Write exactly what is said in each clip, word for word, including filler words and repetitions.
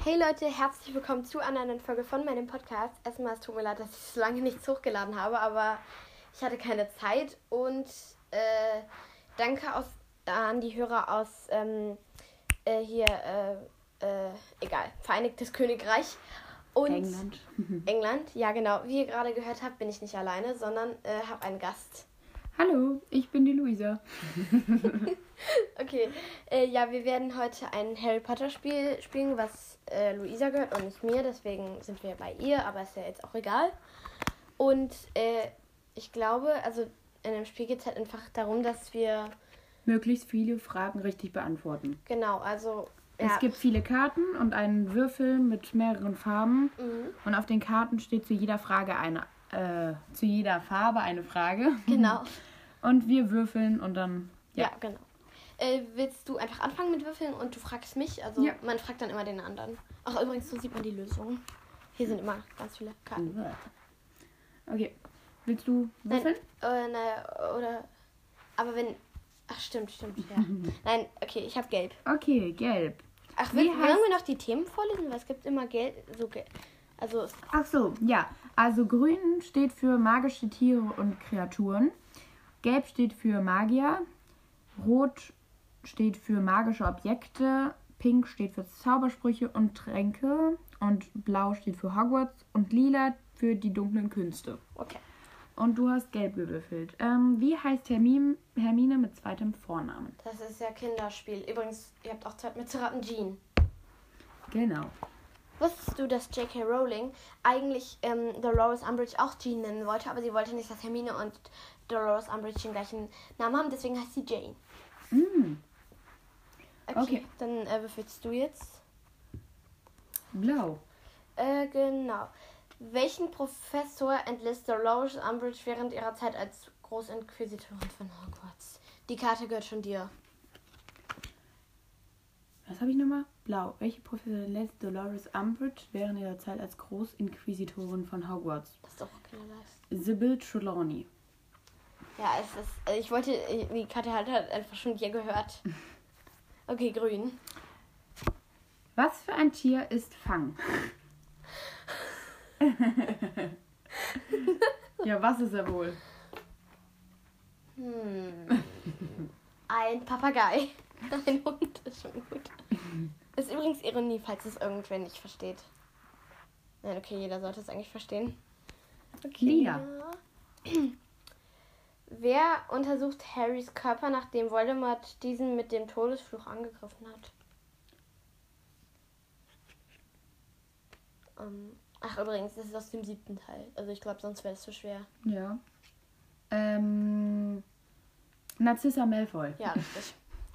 Hey Leute, herzlich willkommen zu einer neuen Folge von meinem Podcast. Erstmal, es tut mir leid, dass ich so lange nichts hochgeladen habe, aber ich hatte keine Zeit und äh, danke aus, an die Hörer aus ähm, äh, hier, äh, äh, egal, Vereinigtes Königreich und England. England. Ja genau, wie ihr gerade gehört habt, bin ich nicht alleine, sondern äh, habe einen Gast. Hallo, ich bin die Luisa. Okay, äh, ja, wir werden heute ein Harry Potter Spiel spielen, was äh, Luisa gehört und nicht mir, deswegen sind wir bei ihr, aber ist ja jetzt auch egal. Und äh, ich glaube, also in dem Spiel geht es halt einfach darum, dass wir... Möglichst viele Fragen richtig beantworten. Genau, also... Es ja. gibt viele Karten und einen Würfel mit mehreren Farben. Mhm. Und auf den Karten steht zu jeder Frage eine, äh, zu jeder Farbe eine Frage. Genau. Und wir würfeln und dann... Ja, Ja, ja genau. Äh, willst du einfach anfangen mit Würfeln und du fragst mich? Also ja. Man fragt dann immer den anderen. Ach, übrigens, so sieht man die Lösung. Hier sind immer ganz viele Karten. Okay, willst du würfeln? Nein, äh, na, oder... Aber wenn... Ach, stimmt, stimmt, ja. Nein, okay, ich habe gelb. Okay, gelb. Ach, Wie will, heißt- wollen wir noch die Themen vorlesen? Weil es gibt immer gelb, so gelb. Also, Ach so, ja. Also grün steht für magische Tiere und Kreaturen. Gelb steht für Magier. Rot steht für magische Objekte. Pink steht für Zaubersprüche und Tränke. Und blau steht für Hogwarts. Und lila für die dunklen Künste. okay. Und du hast gelb gewürfelt. Ähm, wie heißt Hermine, Hermine mit zweitem Vornamen? Das ist ja Kinderspiel. Übrigens, ihr habt auch Zeit mitzuraten, Jean. Genau. Wusstest du, dass J K. Rowling eigentlich ähm, Dolores Umbridge auch Jean nennen wollte, aber sie wollte nicht, dass Hermine und Dolores Umbridge den gleichen Namen haben, deswegen heißt sie Jane. Mm, Okay, Okay. dann äh, würfelst du jetzt. blau. Äh, genau. Welchen Professor entlässt Dolores Umbridge während ihrer Zeit als Großinquisitorin von Hogwarts? Die Karte gehört schon dir. Was habe ich nochmal? Blau. Welche Professor lässt Dolores Umbridge während ihrer Zeit als Großinquisitorin von Hogwarts? Das ist doch keine Leistung. Sybil Trelawney. Ja, es ist. äh, Ich wollte. äh, Die Karte hat halt einfach schon dir gehört. Okay, grün. Was für ein Tier ist Fang? Ja, was ist er wohl? Hm. Ein Papagei. Ein Hund ist schon gut. Ist übrigens Ironie, falls es irgendwer nicht versteht. Nein, okay, jeder sollte es eigentlich verstehen. Okay. Lila. Wer untersucht Harrys Körper, nachdem Voldemort diesen mit dem Todesfluch angegriffen hat? Ähm, ach, übrigens, das ist aus dem siebten Teil. Also ich glaube, sonst wäre es zu schwer. Ja. Ähm. Narcissa Malfoy. Ja, richtig.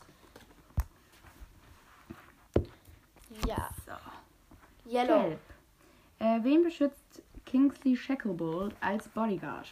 Ja. So. Yellow. Gelb. Äh, wen beschützt Kingsley Shacklebolt als Bodyguard?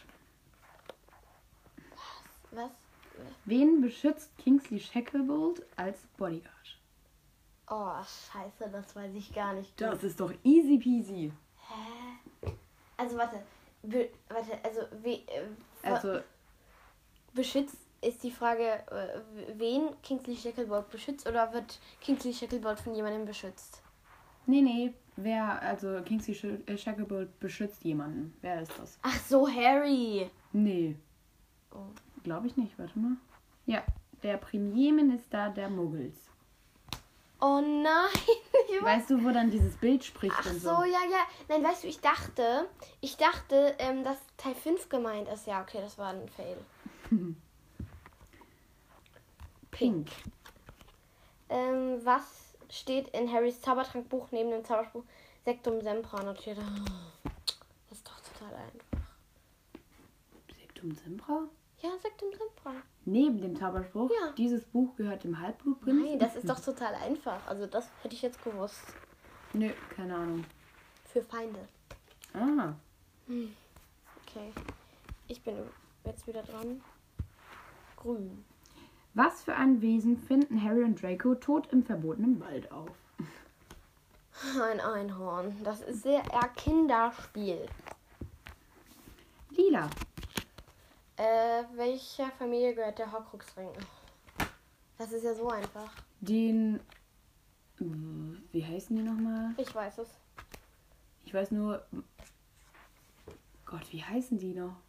Was? Wen beschützt Kingsley Shacklebolt als Bodyguard? Oh, scheiße, das weiß ich gar nicht. Das ist doch easy peasy. Hä? Also, warte. Be- warte, also, we, äh, Also, beschützt ist die Frage, äh, wen Kingsley Shacklebolt beschützt oder wird Kingsley Shacklebolt von jemandem beschützt? nee, nee. Wer, also Kingsley Sh- äh, Shacklebolt beschützt jemanden. Wer ist das? Ach so, Harry. Nee, Oh. glaube ich nicht. Warte mal. Ja, der Premierminister der Muggels. Oh nein. Ich weiß- Weißt du, wo dann dieses Bild spricht Ach und so, so? ja, ja. Nein, weißt du, ich dachte, ich dachte, ähm, dass Teil fünf gemeint ist. Ja, okay, das war ein Fail. Pink. Ähm, was steht in Harrys Zaubertrankbuch neben dem Zauberspruch Sectum Sempra notiert? Das ist doch total einfach. Septum Sempra? Ja, Sectum Sempra. Neben dem Zauberspruch? Ja. Dieses Buch gehört dem Halbblutprinzen? Nein, das ist doch total einfach. Also das hätte ich jetzt gewusst. Nö, keine Ahnung. Für Feinde. Ah, Okay. Ich bin jetzt wieder dran. Grün. was für ein Wesen finden Harry und Draco tot im verbotenen Wald auf? Ein Einhorn. Das ist sehr eher Kinderspiel. Lila. Äh, welcher Familie gehört der Horcruxring? Das ist ja so einfach. Den... wie heißen die nochmal? Ich weiß es. Ich weiß nur... Gott, wie heißen die noch?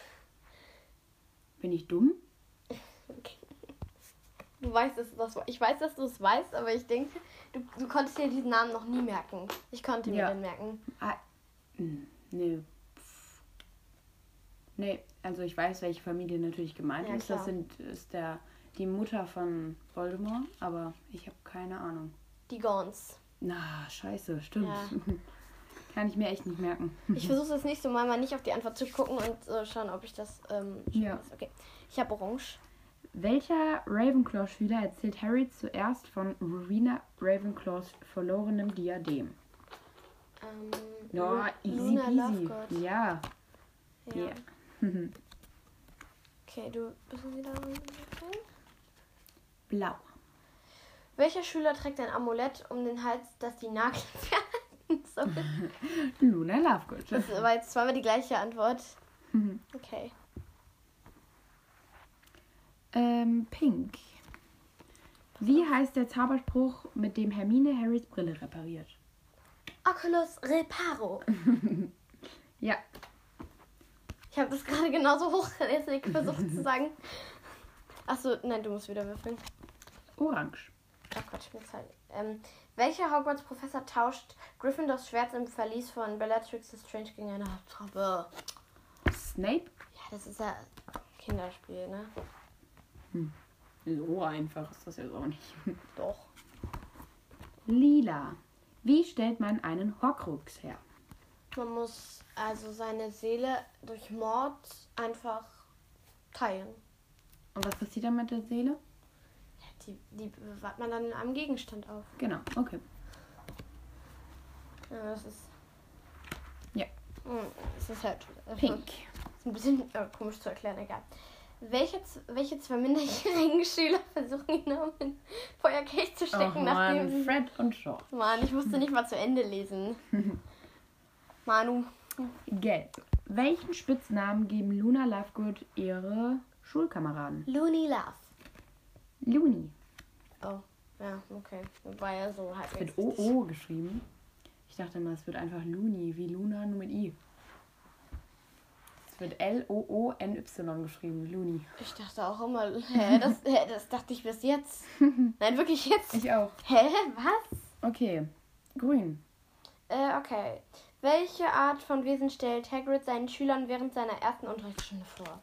Bin ich dumm? Okay. Du weißt es, das, ich weiß, dass du es weißt, aber ich denke, du, du konntest dir diesen Namen noch nie merken. Ich konnte mir Ja. den merken. Ah, hm, nee. Pff. Nee, also ich weiß, welche Familie natürlich gemeint Ja, ist. klar. Das sind, ist der, die Mutter von Voldemort, aber ich habe keine Ahnung. Die Gauns. Na, scheiße, stimmt. Ja. Kann ich mir echt nicht merken. Ich versuche das nächste Mal mal nicht auf die Antwort zu gucken und äh, schauen, ob ich das ähm, schon Ja. weiß. Okay. Ich habe Orange. Welcher Ravenclaw-Schüler erzählt Harry zuerst von Rowena Ravenclaws verlorenem Diadem? Ähm, Ja, Lu- easy Luna peasy. Lovegood. Ja. Ja. Ja. Okay, du bist wieder okay. Blau. Welcher Schüler trägt ein Amulett um den Hals, das die Nagel fernhalten soll? Luna Lovegood. Das war jetzt zweimal die gleiche Antwort. Okay. ähm, Pink. Wie heißt der Zauberspruch, mit dem Hermine Harrys Brille repariert? Oculus Reparo. Ja. Ich habe das gerade genauso hochgelesen, versucht zu sagen. Achso, nein, du musst wieder würfeln. Orange. Ach Quatsch, mir halt. Ähm, welcher Hogwarts-Professor tauscht Gryffindors Schwert im Verlies von Bellatrix Lestrange gegen eine Haupttraube? Snape. Ja, das ist ja Kinderspiel, ne? So einfach ist das jetzt auch nicht. Doch. Lila. Wie stellt man einen Horcrux her? Man muss also seine Seele durch Mord einfach teilen. Und was passiert dann mit der Seele? Ja, die, die bewahrt man dann in einem Gegenstand auf. Genau, okay. Ja, das ist. Ja. Hm, Das ist halt. äh, Pink. Ist ein bisschen äh, komisch zu erklären, egal. Welche, z- welche zwei minderjährigen Schüler versuchen ihn um den Feuerkelch zu Oh stecken, Mann, nachdem. Fred und Shaw. Mann, ich musste nicht mal zu Ende lesen. Manu. Gelb. Welchen Spitznamen geben Luna Lovegood ihre Schulkameraden? Looney Love. Looney. Oh, ja, okay. War ja so Mit halbwegs. O O geschrieben. Ich dachte immer, es wird einfach Looney, wie Luna, nur mit I. Es wird L O O N Y geschrieben, Looney. Ich dachte auch immer, hä, das, hä, das dachte ich bis jetzt. Nein, wirklich jetzt? Ich auch. Hä, was? Okay. Grün. Äh, okay. Welche Art von Wesen stellt Hagrid seinen Schülern während seiner ersten Unterrichtsstunde vor?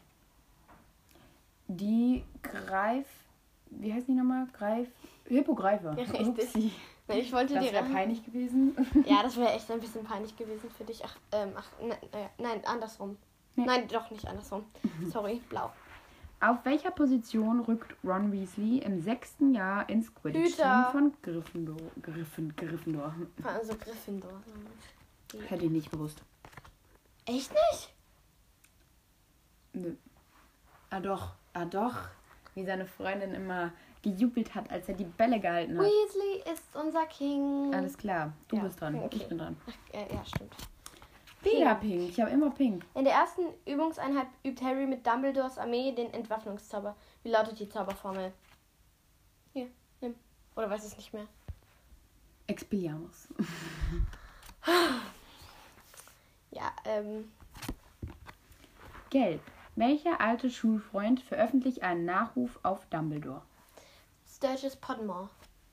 Die Greif... Wie heißen die nochmal? Greif... Hippogreifer. Ja, richtig. Upsi. Nein, ich wollte Das dir wäre peinlich gewesen. Ja, das wäre echt ein bisschen peinlich gewesen für dich. Ach, ähm, ach, ne, äh, nein, andersrum. Nee. Nein, doch nicht andersrum. Sorry, blau. Auf welcher Position rückt Ron Weasley im sechsten Jahr ins Quidditch-Team Hüter. von Gryffindor? Griffin, Gryffindor. Also Gryffindor. Hätte ich nicht gewusst. Echt nicht? Nö. Ah doch, ah doch. Wie seine Freundin immer gejubelt hat, als er die Bälle gehalten hat. Weasley ist unser King. Alles klar, du Ja, bist dran. okay. Ich bin dran. Ach, äh, ja, stimmt. Wieder pink. Ich habe immer pink. In der ersten Übungseinheit übt Harry mit Dumbledores Armee den Entwaffnungszauber. Wie lautet die Zauberformel? Hier, nimm. Oder weiß es nicht mehr? Expelliarmus. Ja, ähm, Gelb. Welcher alte Schulfreund veröffentlicht einen Nachruf auf Dumbledore? Sturgis Pottermore.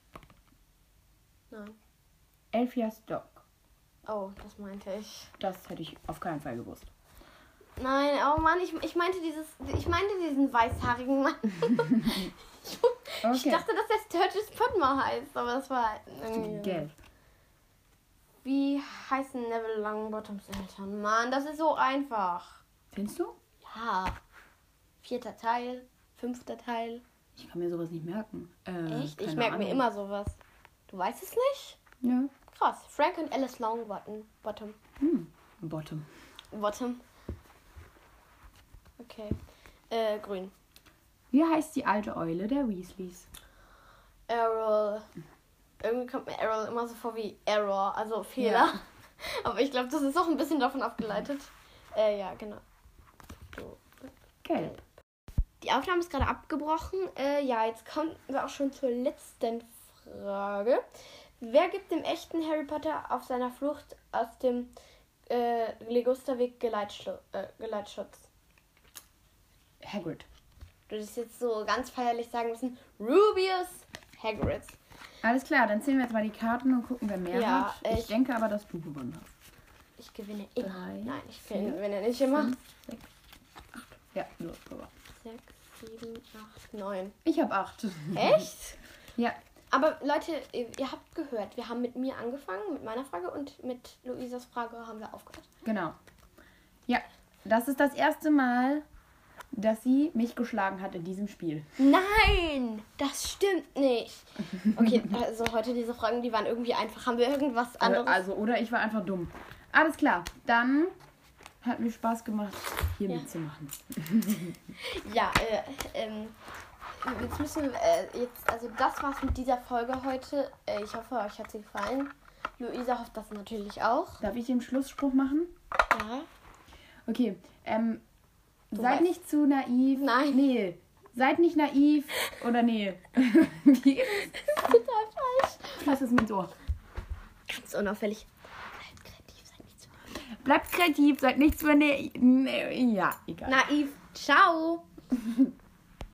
Nein. Elphias Dog. Oh, das meinte ich. Das hätte ich auf keinen Fall gewusst. Nein, oh Mann, ich, ich meinte dieses, ich meinte diesen weißhaarigen Mann. ich, ich Okay. dachte, dass der Sturgis Pottermore heißt, aber das war irgendwie... Gelb. Wie heißen Neville Longbottoms Eltern? Mann, das ist so einfach. Findest du? Ja. Vierter Teil, fünfter Teil. Ich kann mir sowas nicht merken. Äh, Echt? Ich keine merke mir Ahnung. immer sowas. Du weißt es nicht? Ja. Krass. Frank und Alice Longbottom. Bottom. Hm. Bottom. Bottom. Okay. Äh, grün. Wie heißt die alte Eule der Weasleys? Errol. Irgendwie kommt mir Errol immer so vor wie Error, also Fehler. Ja. Aber ich glaube, das ist auch ein bisschen davon abgeleitet. Äh, ja, genau. So. Gelb. Die Aufnahme ist gerade abgebrochen. Äh, ja, jetzt kommen wir auch schon zur letzten Frage. Wer gibt dem echten Harry Potter auf seiner Flucht aus dem äh, Ligusterweg Geleitschlu- äh, Geleitschutz? Hagrid. Du hättest jetzt so ganz feierlich sagen müssen, Rubius Hagrid. Alles klar, dann zählen wir jetzt mal die Karten und gucken, wer mehr Ja, hat. Ich, ich- denke aber, dass du gewonnen hast. Ich gewinne immer. Drei, Nein, ich vier, gewinne nicht immer. fünf, sechs, acht. Ja, nur Papa. sechs, sieben, acht, neun. Ich habe acht. Echt? Ja. Aber Leute, ihr, ihr habt gehört, wir haben mit mir angefangen, mit meiner Frage, und mit Luisas Frage haben wir aufgehört. Genau. Ja, das ist das erste Mal, dass sie mich geschlagen hat in diesem Spiel. Nein, das stimmt nicht. Okay, also heute diese Fragen, die waren irgendwie einfach. Haben wir irgendwas anderes? Also, oder ich war einfach dumm. Alles klar, dann hat mir Spaß gemacht, hier Ja. mitzumachen. Ja, äh, ähm, jetzt müssen wir, äh, jetzt, also das war's mit dieser Folge heute. Äh, ich hoffe, euch hat sie gefallen. Luisa hofft das natürlich auch. Darf ich den Schlussspruch machen? Ja. Okay, ähm, Du seid weißt. nicht zu naiv. Nein. Nee, seid nicht naiv. Oder nee. Wie geht es? Total falsch. Lass es mir ins Ohr. Ganz unauffällig. Bleibt kreativ, seid nicht zu Bleibt kreativ, seid nicht zu naiv. Nee, ja, egal. naiv. Ciao.